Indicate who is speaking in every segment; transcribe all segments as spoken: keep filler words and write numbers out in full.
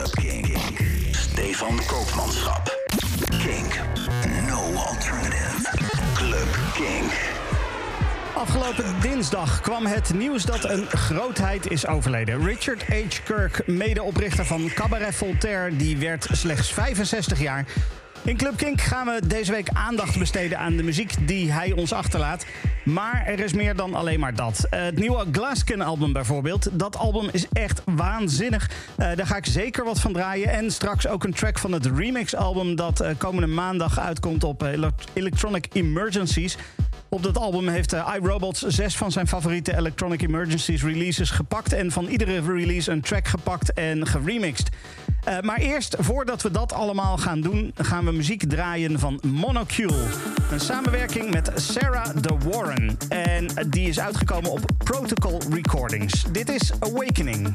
Speaker 1: Club Kink. Stefan Koopmanschap. Kink. No alternative. Club Kink.
Speaker 2: Afgelopen dinsdag kwam het nieuws dat een grootheid is overleden. Richard H. Kirk, medeoprichter van Cabaret Voltaire, die werd slechts vijfenzestig jaar. In Club Kink gaan we deze week aandacht besteden aan de muziek die hij ons achterlaat. Maar er is meer dan alleen maar dat. Uh, het nieuwe Glaskin-album bijvoorbeeld. Dat album is echt waanzinnig. Uh, daar ga ik zeker wat van draaien. En straks ook een track van het remix-album dat uh, komende maandag uitkomt op uh, Electronic Emergencies. Op dat album heeft uh, iRobots zes van zijn favoriete Electronic Emergencies releases gepakt. En van iedere release een track gepakt en geremixed. Uh, maar eerst, voordat we dat allemaal gaan doen, gaan we muziek draaien van Monocule. Een samenwerking met Sarah de Warren. En die is uitgekomen op Protocol Recordings. Dit is Awakening.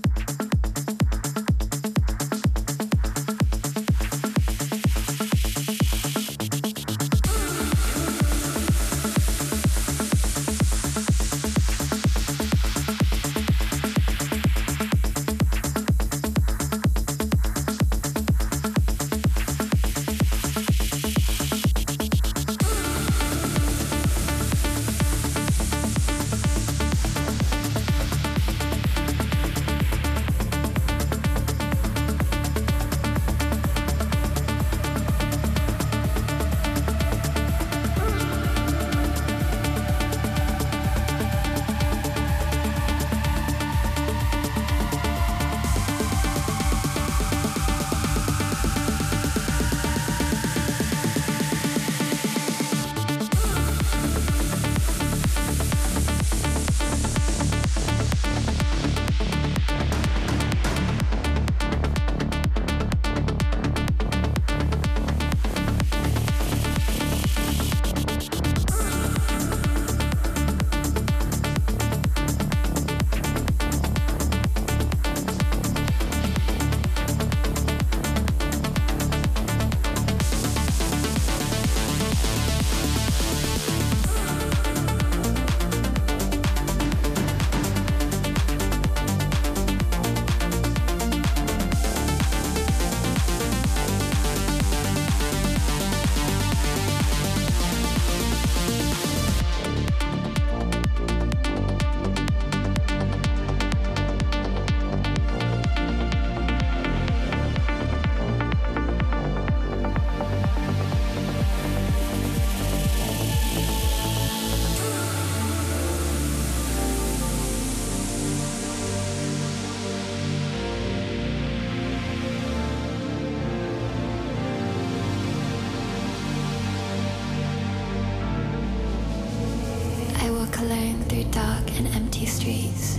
Speaker 3: Alone through dark and empty streets.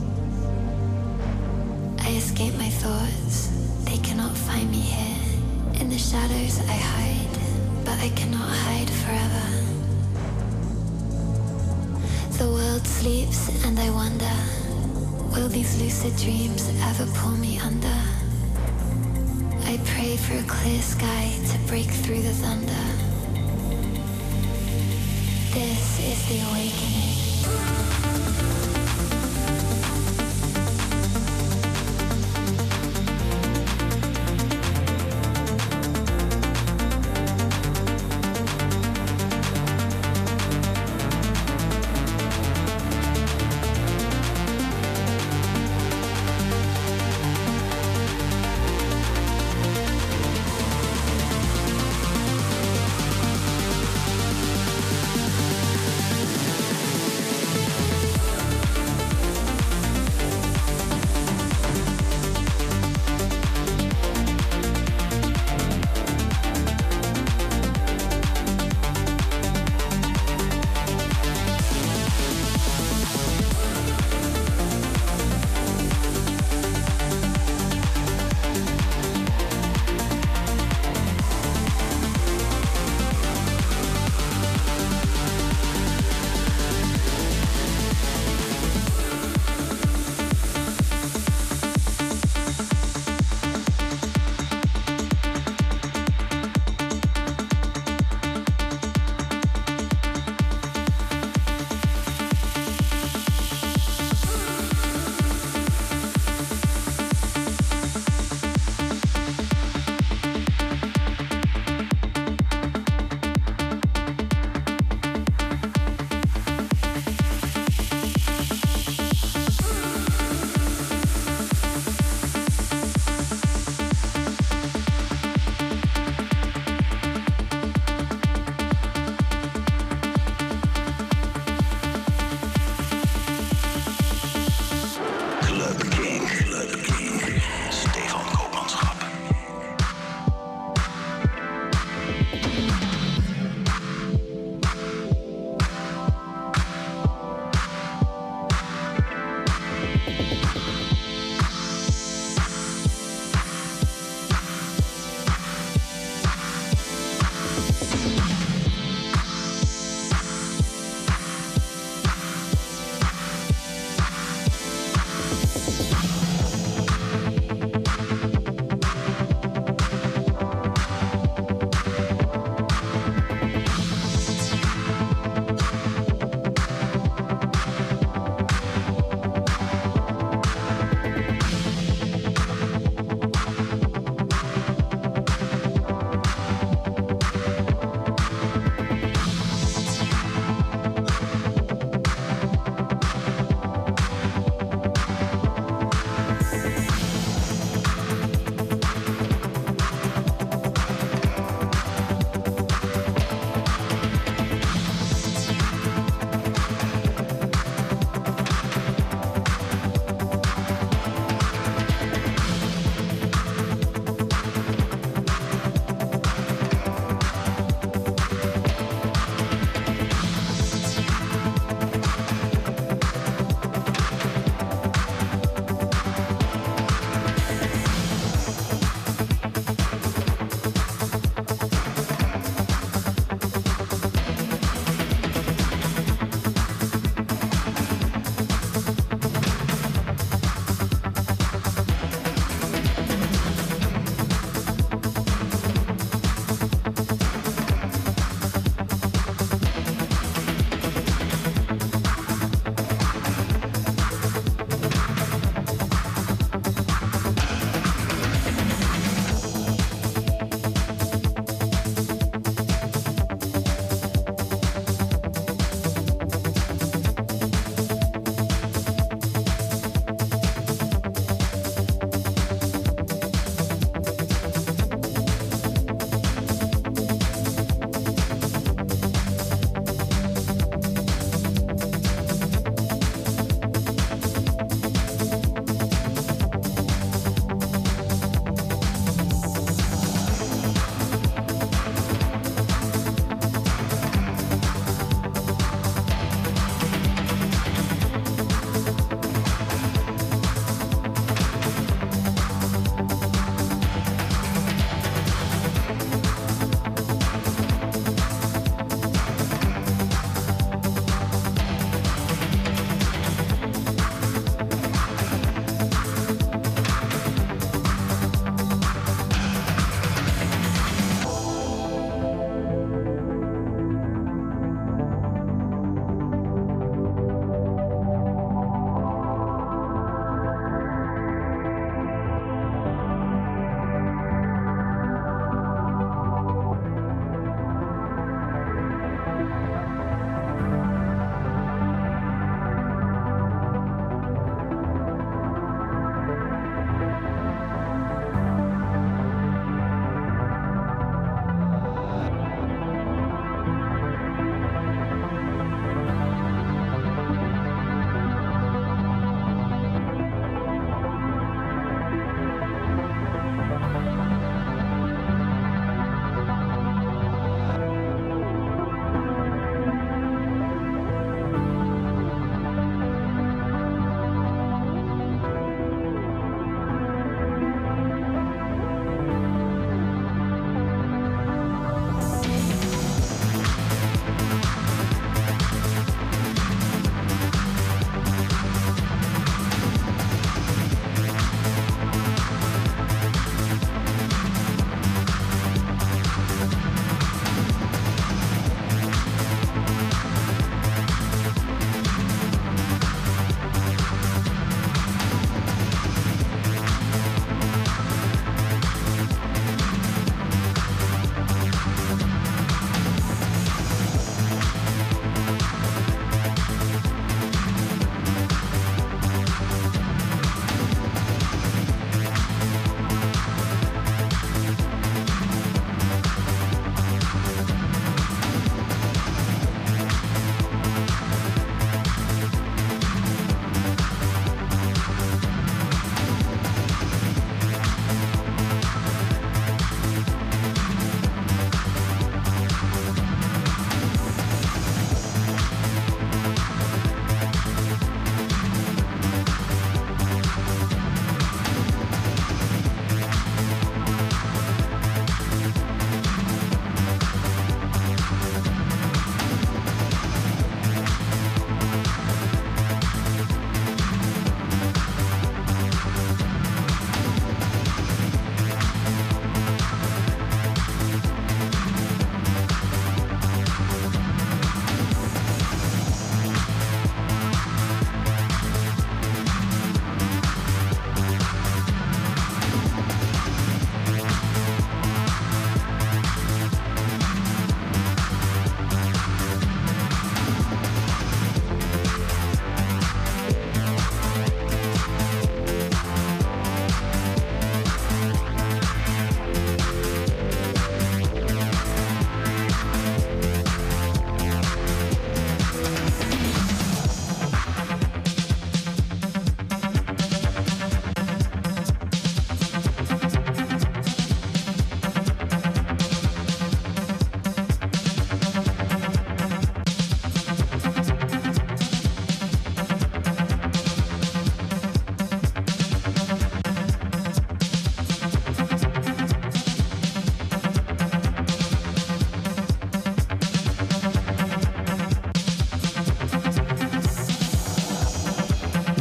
Speaker 3: I escape my thoughts, they cannot find me here. In the shadows I hide, but I cannot hide forever. The world sleeps and I wonder, will these lucid dreams ever pull me under? I pray for a clear sky to break through the thunder. This is the awakening.
Speaker 4: We'll be right back.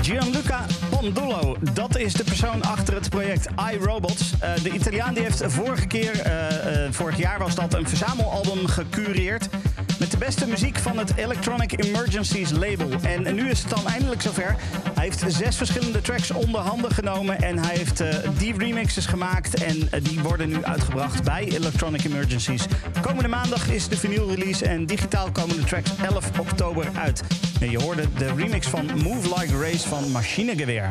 Speaker 2: Gianluca Pondulo, dat is de persoon achter het project iRobots. Uh, de Italiaan die heeft vorige keer, uh, uh, vorig jaar was dat, een verzamelalbum gecureerd met de beste muziek van het Electronic Emergencies label. En nu is het dan eindelijk zover. Hij heeft zes verschillende tracks onder handen genomen en hij heeft uh, die remixes gemaakt en uh, die worden nu uitgebracht bij Electronic Emergencies. Komende maandag is de vinyl release en digitaal komen de tracks elf oktober uit. En je hoorde de remix van Move Like Race van Machinegeweer.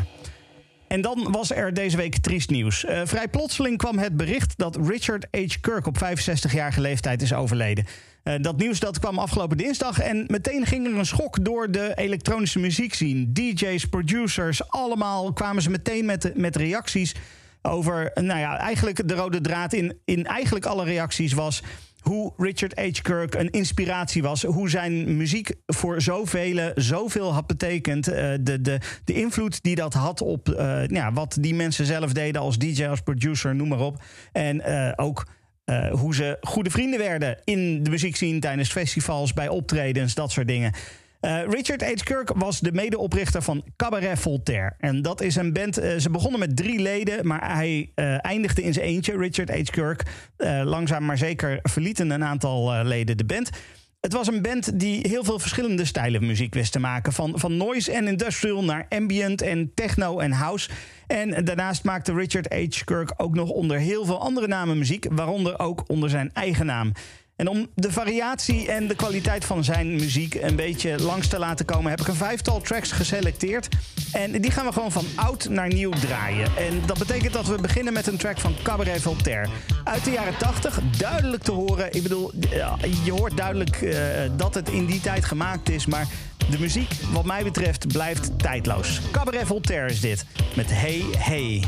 Speaker 2: En dan was er deze week triest nieuws. Uh, vrij plotseling kwam het bericht dat Richard H. Kirk op vijfenzestigjarige leeftijd is overleden. Uh, dat nieuws dat kwam afgelopen dinsdag en meteen ging er een schok door de elektronische muziekscene. D J's, producers, allemaal kwamen ze meteen met, met reacties over, nou ja, eigenlijk de rode draad in, in eigenlijk alle reacties was hoe Richard H. Kirk een inspiratie was. Hoe zijn muziek voor zoveel, zoveel had betekend. Uh, de, de, de invloed die dat had op uh, ja, wat die mensen zelf deden als D J, als producer, noem maar op. En uh, ook uh, hoe ze goede vrienden werden in de muziekscene tijdens festivals, bij optredens, dat soort dingen. Uh, Richard H. Kirk was de medeoprichter van Cabaret Voltaire. En dat is een band, uh, ze begonnen met drie leden, maar hij uh, eindigde in zijn eentje, Richard H. Kirk. Uh, langzaam maar zeker verlieten een aantal uh, leden de band. Het was een band die heel veel verschillende stijlen muziek wist te maken. Van, van noise en industrial naar ambient en techno en house. En daarnaast maakte Richard H. Kirk ook nog onder heel veel andere namen muziek, waaronder ook onder zijn eigen naam. En om de variatie en de kwaliteit van zijn muziek een beetje langs te laten komen, heb ik een vijftal tracks geselecteerd. En die gaan we gewoon van oud naar nieuw draaien. En dat betekent dat we beginnen met een track van Cabaret Voltaire. Uit de jaren tachtig, duidelijk te horen. Ik bedoel, je hoort duidelijk uh, dat het in die tijd gemaakt is, maar de muziek, wat mij betreft, blijft tijdloos. Cabaret Voltaire is dit, met Hey Hey.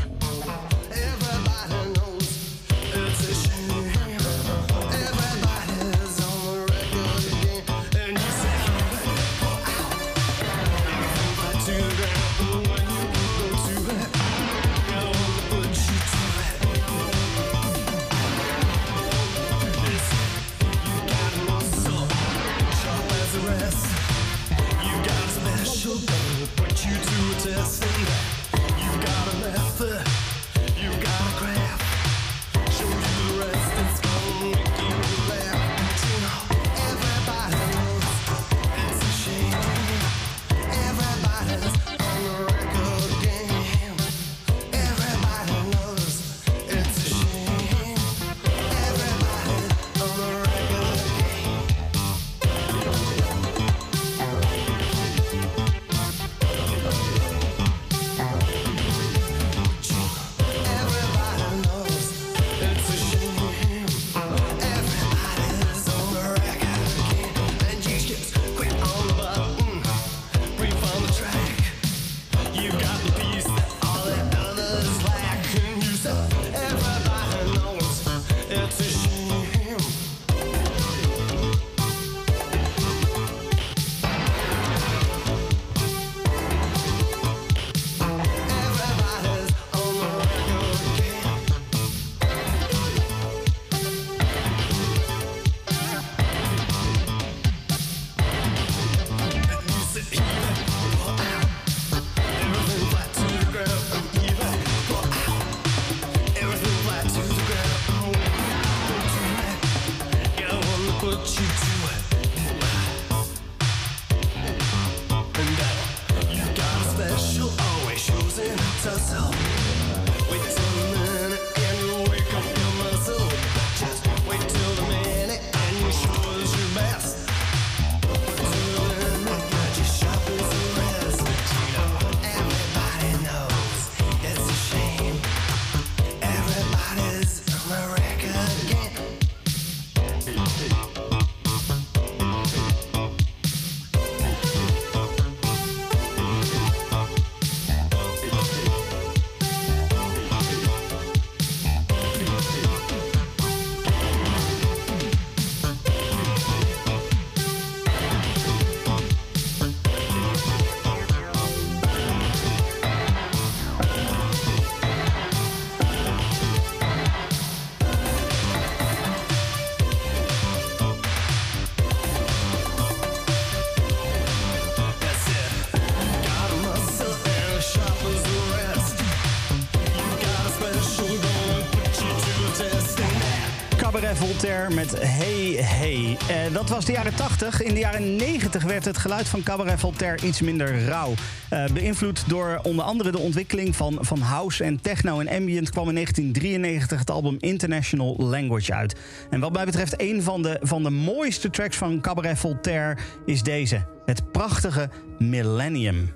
Speaker 2: Voltaire met Hey Hey. Uh, dat was de jaren tachtig. In de jaren negentig werd het geluid van Cabaret Voltaire iets minder rauw. Uh, beïnvloed door onder andere de ontwikkeling van, van house en techno en ambient kwam in negentien drieënnegentig het album International Language uit. En wat mij betreft een van de, van de mooiste tracks van Cabaret Voltaire is deze. Het prachtige Millennium.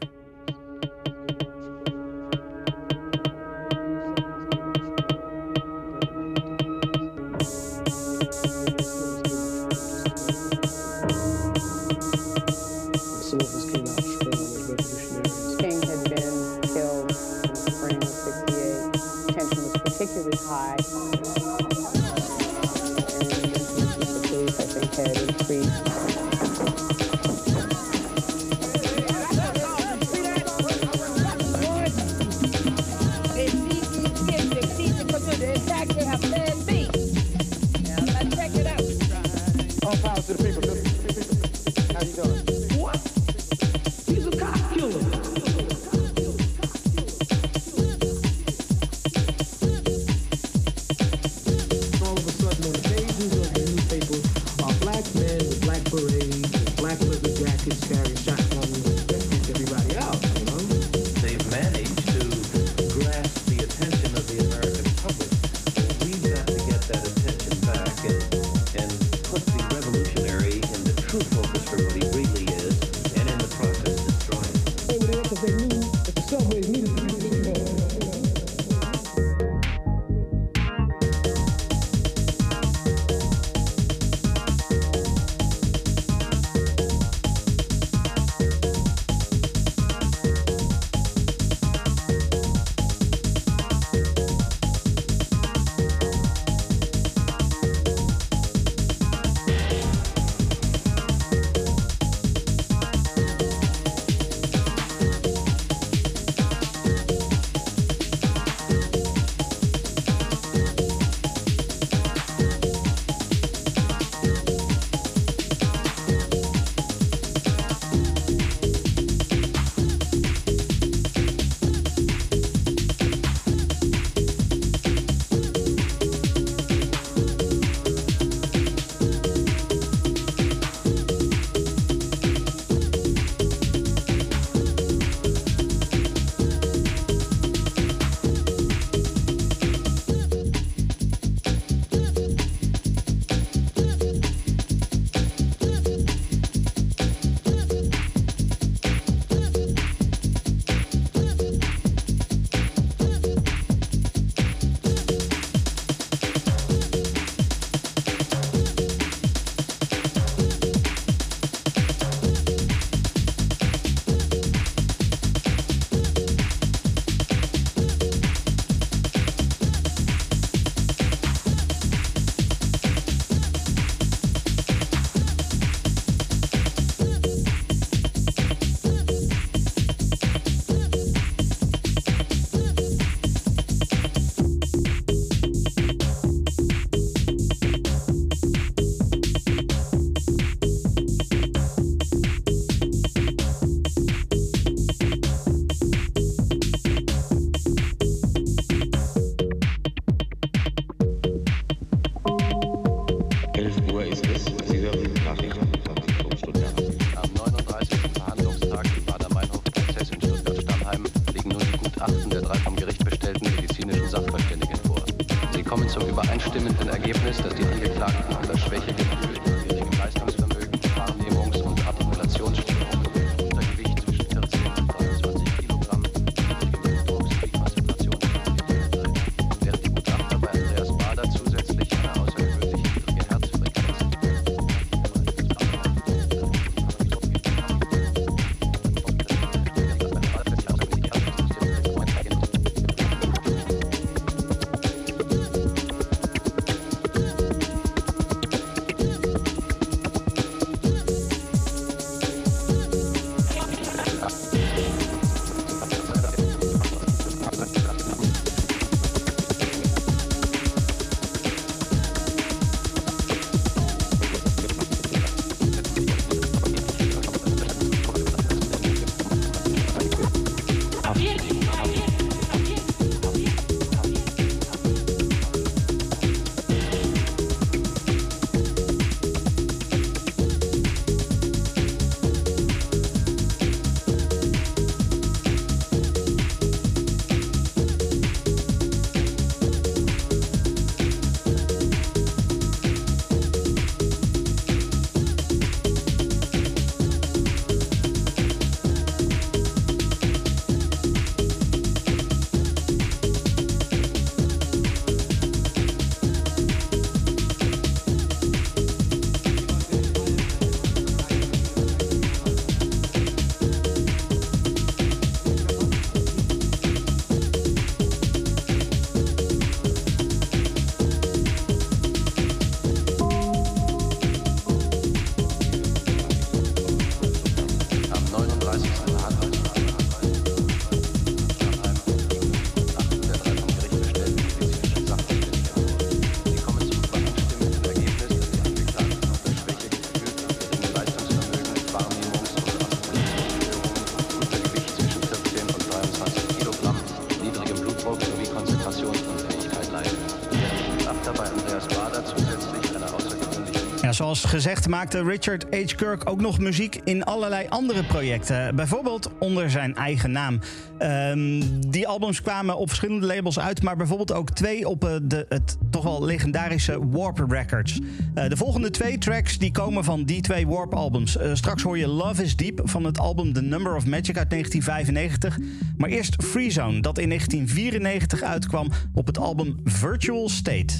Speaker 2: zoals gezegd maakte Richard H. Kirk ook nog muziek in allerlei andere projecten. Bijvoorbeeld onder zijn eigen naam. Um, die albums kwamen op verschillende labels uit, maar bijvoorbeeld ook twee op uh, de, het toch wel legendarische Warp Records. Uh, de volgende twee tracks die komen van die twee Warp albums. Uh, straks hoor je Love is Deep van het album The Number of Magic uit negentien vijfennegentig. Maar eerst Free Zone, dat in negentien vierennegentig uitkwam op het album Virtual State.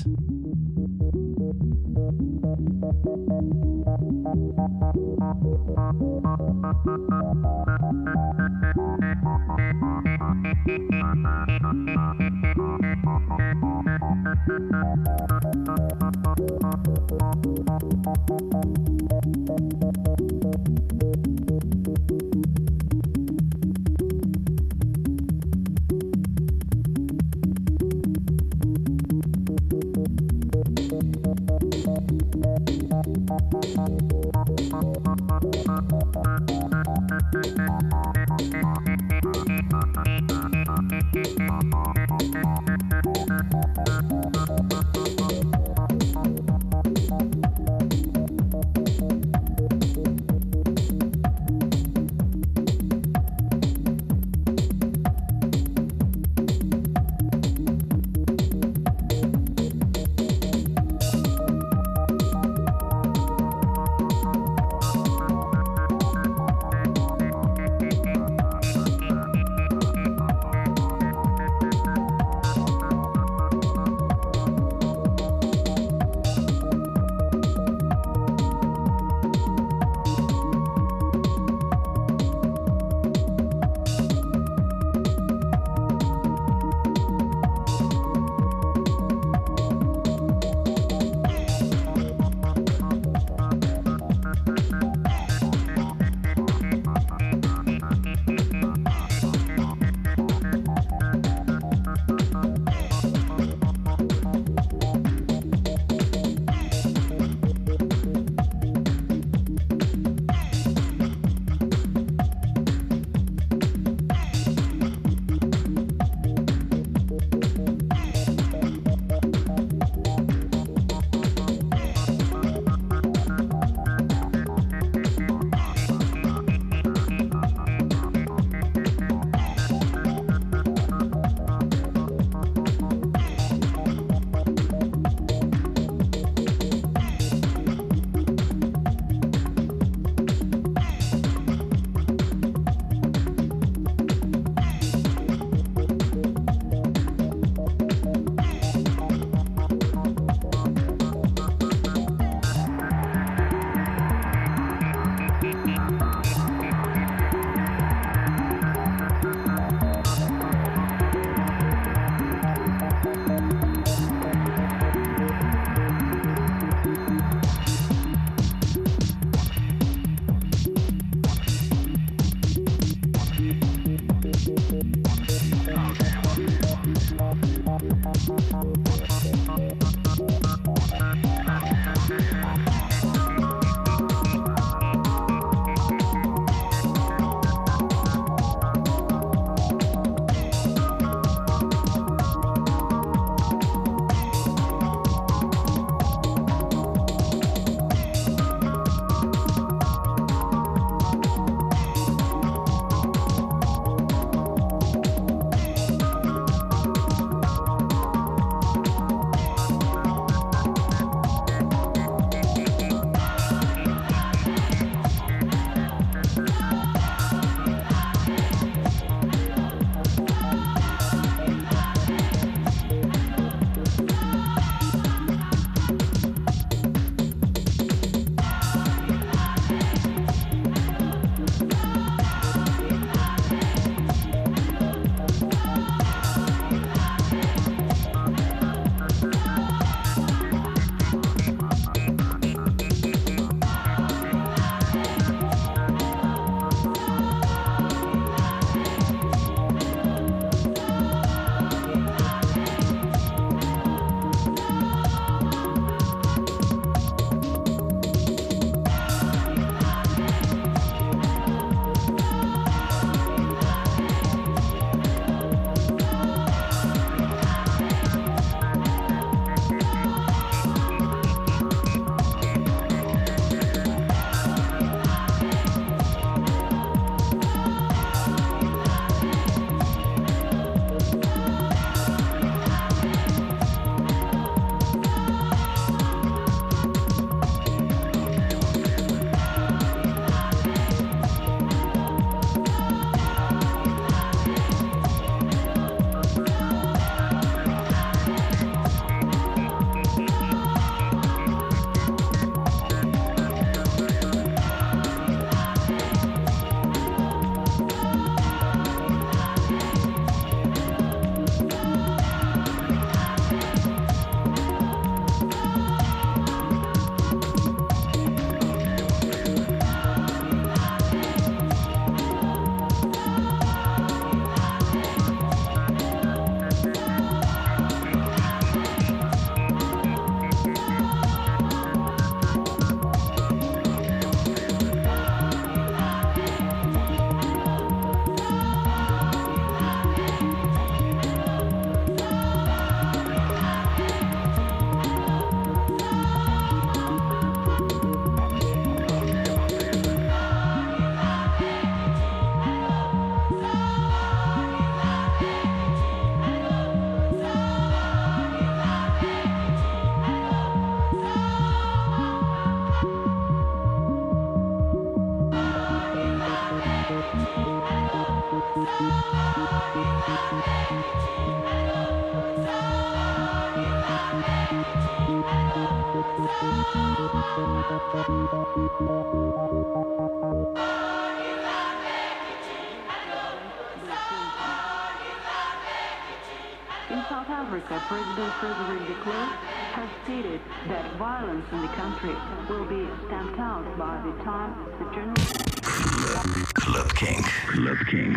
Speaker 4: In South Africa, President Frederick de Klerk has stated that violence in the country will be stamped out by the time the general...
Speaker 1: Club, Club Kink. Club Kink.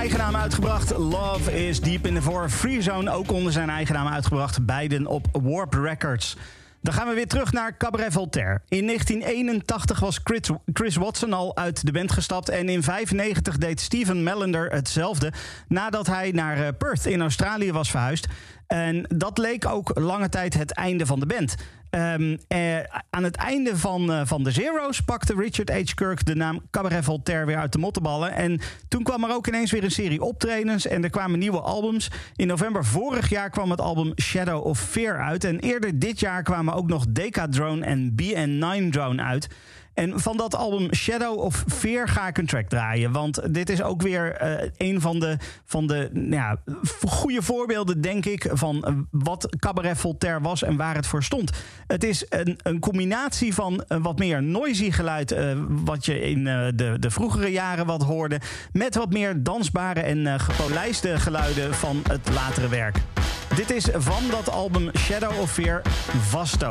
Speaker 2: eigen naam uitgebracht. Love is Deep in the Four. Freezone ook onder zijn eigen naam uitgebracht. Beiden op Warp Records. Dan gaan we weer terug naar Cabaret Voltaire. In negentien eenentachtig was Chris, Chris Watson al uit de band gestapt. En in vijfennegentig deed Stephen Melander hetzelfde. Nadat hij naar Perth in Australië was verhuisd. En dat leek ook lange tijd het einde van de band. Um, eh, aan het einde van, uh, van de Zero's pakte Richard H. Kirk de naam Cabaret Voltaire weer uit de mottenballen. En toen kwam er ook ineens weer een serie optredens en er kwamen nieuwe albums. In november vorig jaar kwam het album Shadow of Fear uit. En eerder dit jaar kwamen ook nog Decadrone en B N nine Drone uit. En van dat album Shadow of Fear ga ik een track draaien. Want dit is ook weer uh, een van de, van de ja, goede voorbeelden, denk ik, van uh, wat Cabaret Voltaire was en waar het voor stond. Het is een, een combinatie van uh, wat meer noisy geluid, uh, wat je in uh, de, de vroegere jaren wat hoorde, met wat meer dansbare en uh, gepolijste geluiden van het latere werk. Dit is van dat album Shadow of Fear, Vasto.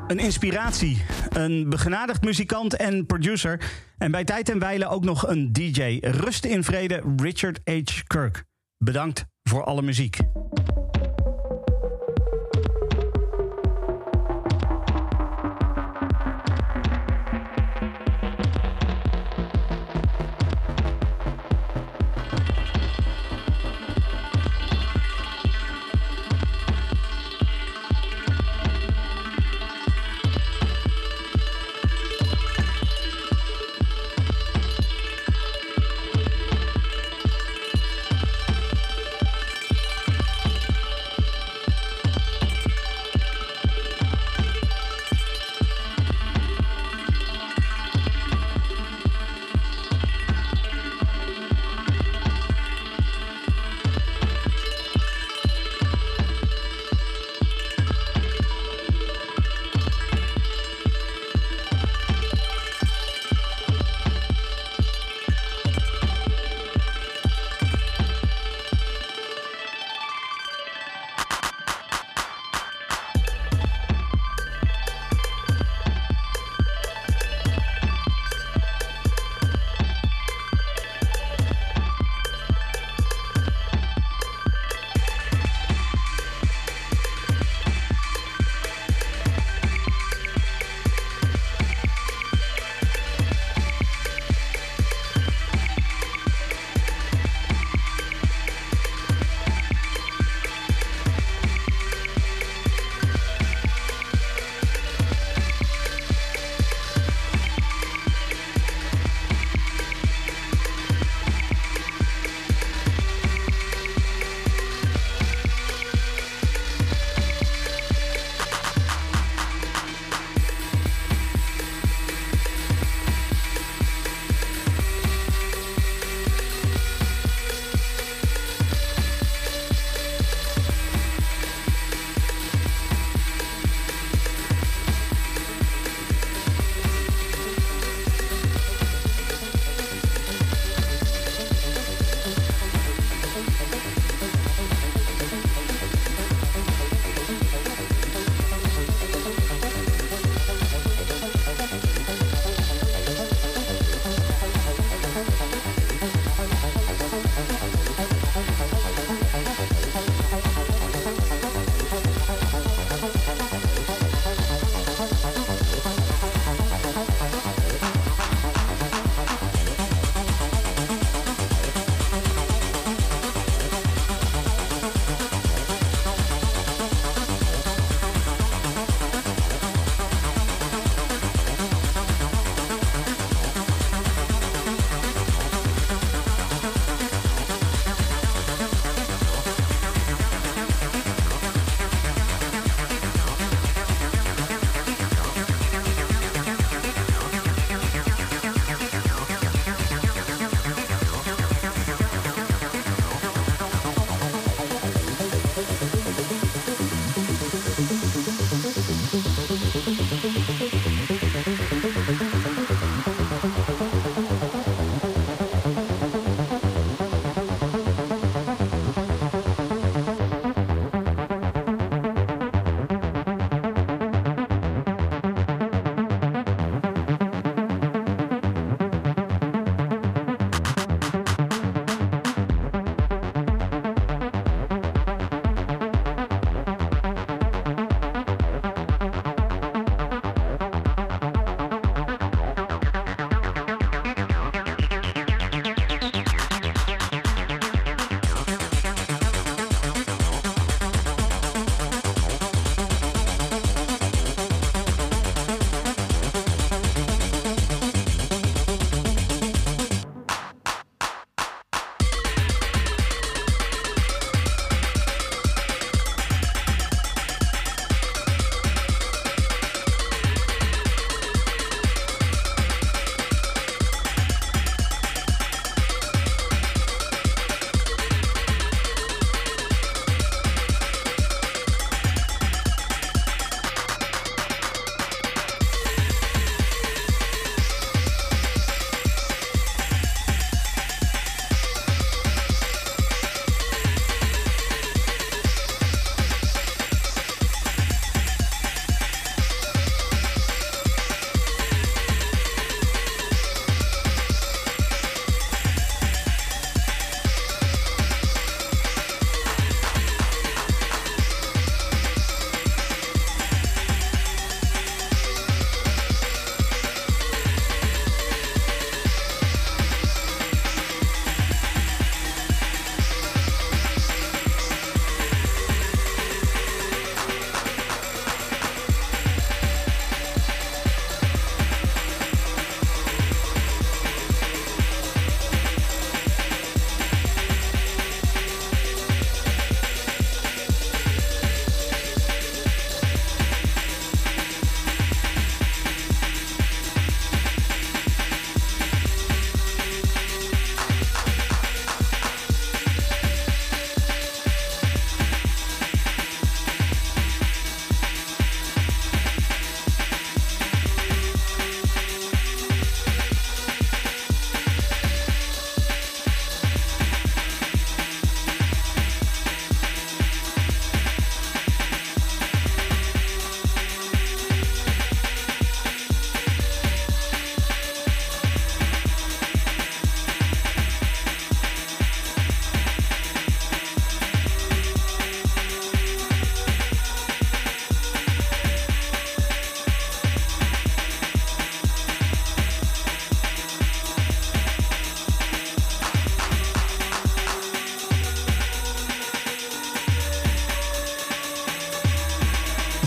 Speaker 2: Een inspiratie, een begenadigd muzikant en producer. En bij tijd en wijle ook nog een D J. Rust in vrede, Richard H. Kirk. Bedankt voor alle muziek.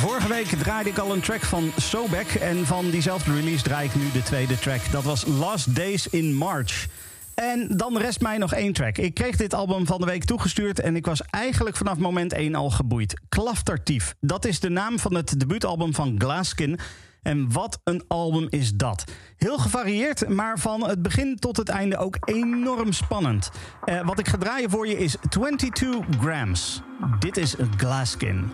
Speaker 2: Vorige week draaide ik al een track van Sobek. En van diezelfde release draai ik nu de tweede track. Dat was Last Days in March. En dan rest mij nog één track. Ik kreeg dit album van de week toegestuurd en ik was eigenlijk vanaf moment één al geboeid. Klaftertief, dat is de naam van het debuutalbum van Glaskin. En wat een album is dat. Heel gevarieerd, maar van het begin tot het einde ook enorm spannend. Uh, wat ik ga draaien voor je is twenty-two grams. Dit is Glaskin.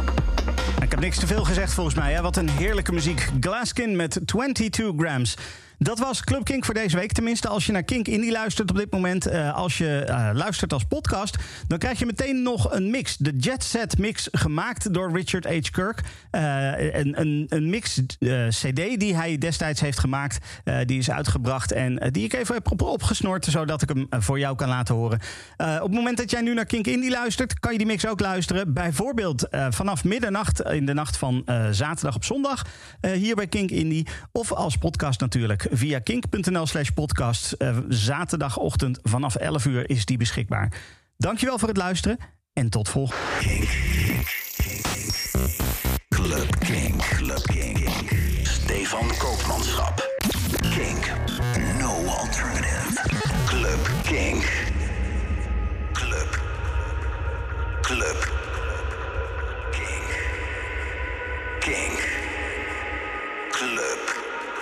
Speaker 2: Niks te veel gezegd volgens mij. Hè? Wat een heerlijke muziek. Glaskin met twenty-two grams. Dat was Club Kink voor deze week. Tenminste, als je naar Kink Indie luistert op dit moment. Uh, als je uh, luistert als podcast, dan krijg je meteen nog een mix. De Jet Set mix, gemaakt door Richard H. Kirk. Uh, een, een, een mix uh, C D die hij destijds heeft gemaakt. Uh, die is uitgebracht en uh, die ik even heb op, opgesnord, zodat ik hem uh, voor jou kan laten horen. Uh, op het moment dat jij nu naar Kink Indie luistert, kan je die mix ook luisteren. Bijvoorbeeld uh, vanaf middernacht in de nacht van uh, zaterdag op zondag. Uh, hier bij Kink Indie. Of als podcast natuurlijk via kink.nl slash podcast. Uh, zaterdagochtend vanaf elf uur is die beschikbaar. Dankjewel voor het luisteren en tot volgende.
Speaker 1: Kink, Kink, Kink, Club Kink, Club Kink. Stefan Koopmanschap. Kink, no alternative. Club Kink. Club. Club. Kink. Kink. Club.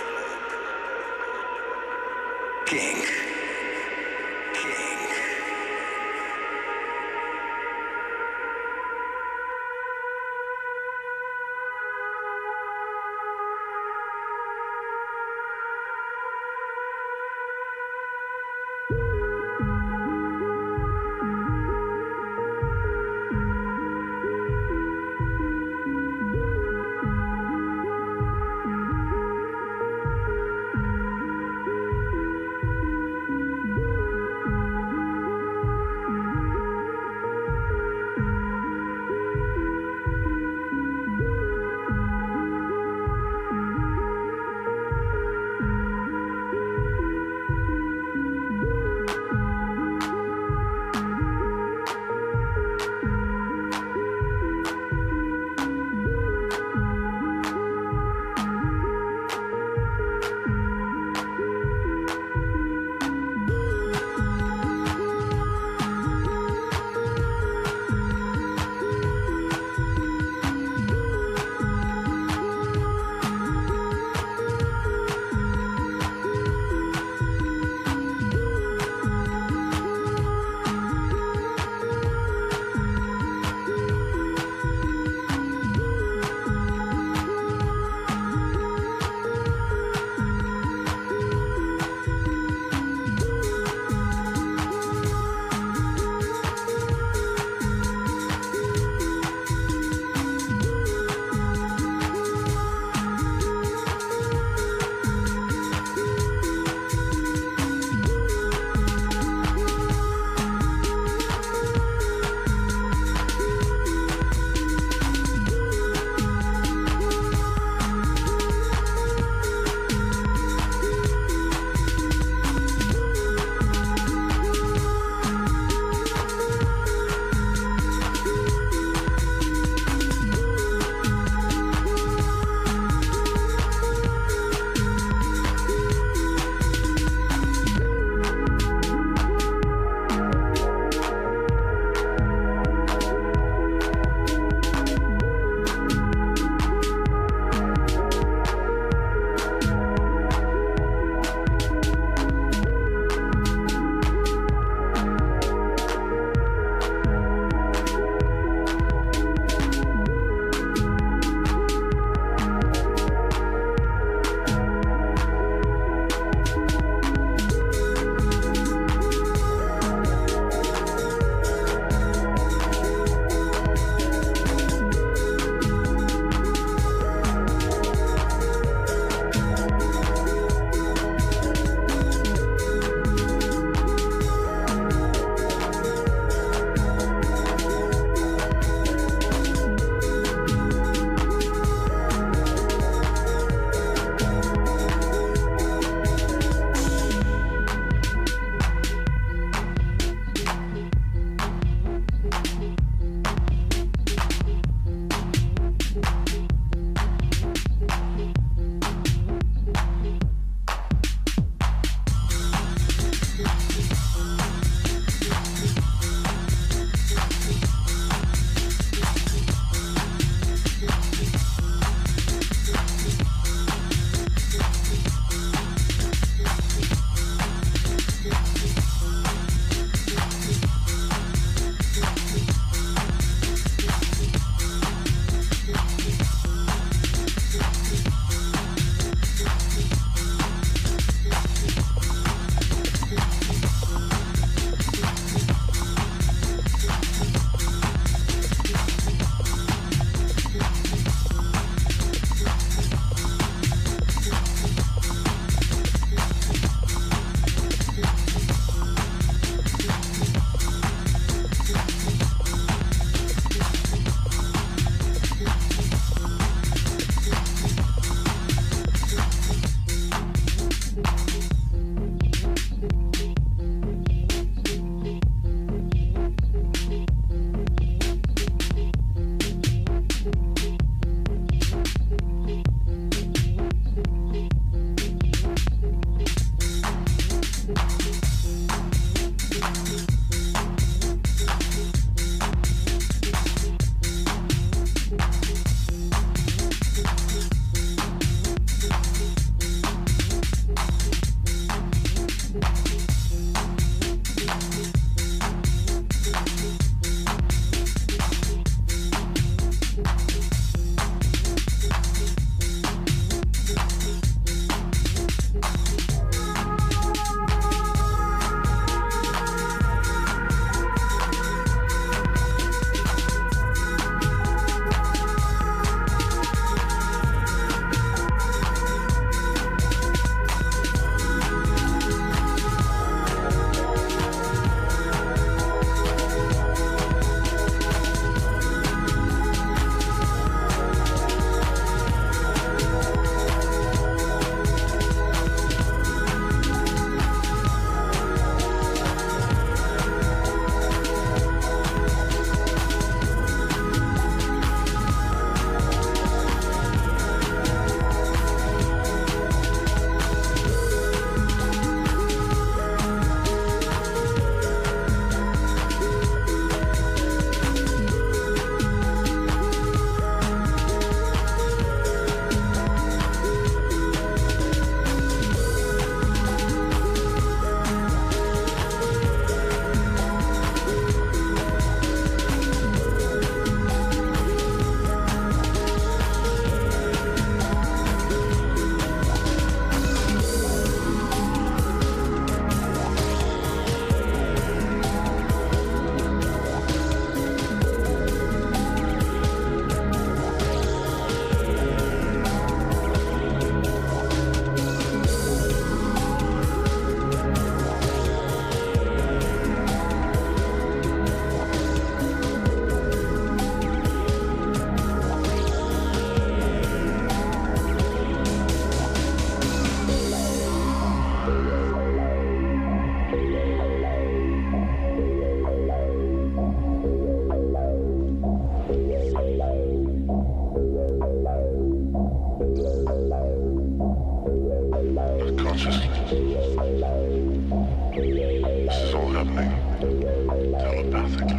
Speaker 1: Kink.
Speaker 5: happening telepathically.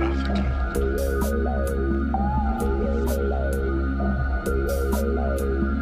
Speaker 5: Telepathically.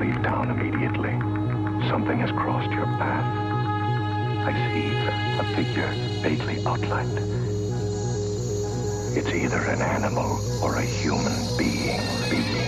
Speaker 5: leave town immediately. Something has crossed your path. I see a figure vaguely outlined. It's either an animal or a human being. Being.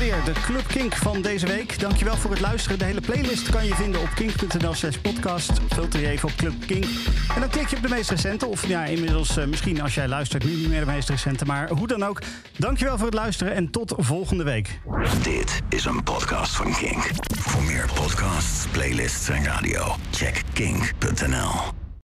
Speaker 2: alweer de Club Kink van deze week. Dankjewel voor het luisteren. De hele playlist kan je vinden op kink punt n l slash podcast. Filter je even op Club Kink. En dan klik je op de meest recente. Of ja, inmiddels uh, misschien als jij luistert nu niet meer de meest recente. Maar hoe dan ook. Dankjewel voor het luisteren en tot volgende week.
Speaker 1: Dit is een podcast van Kink. Voor meer podcasts, playlists en radio, check kink punt n l.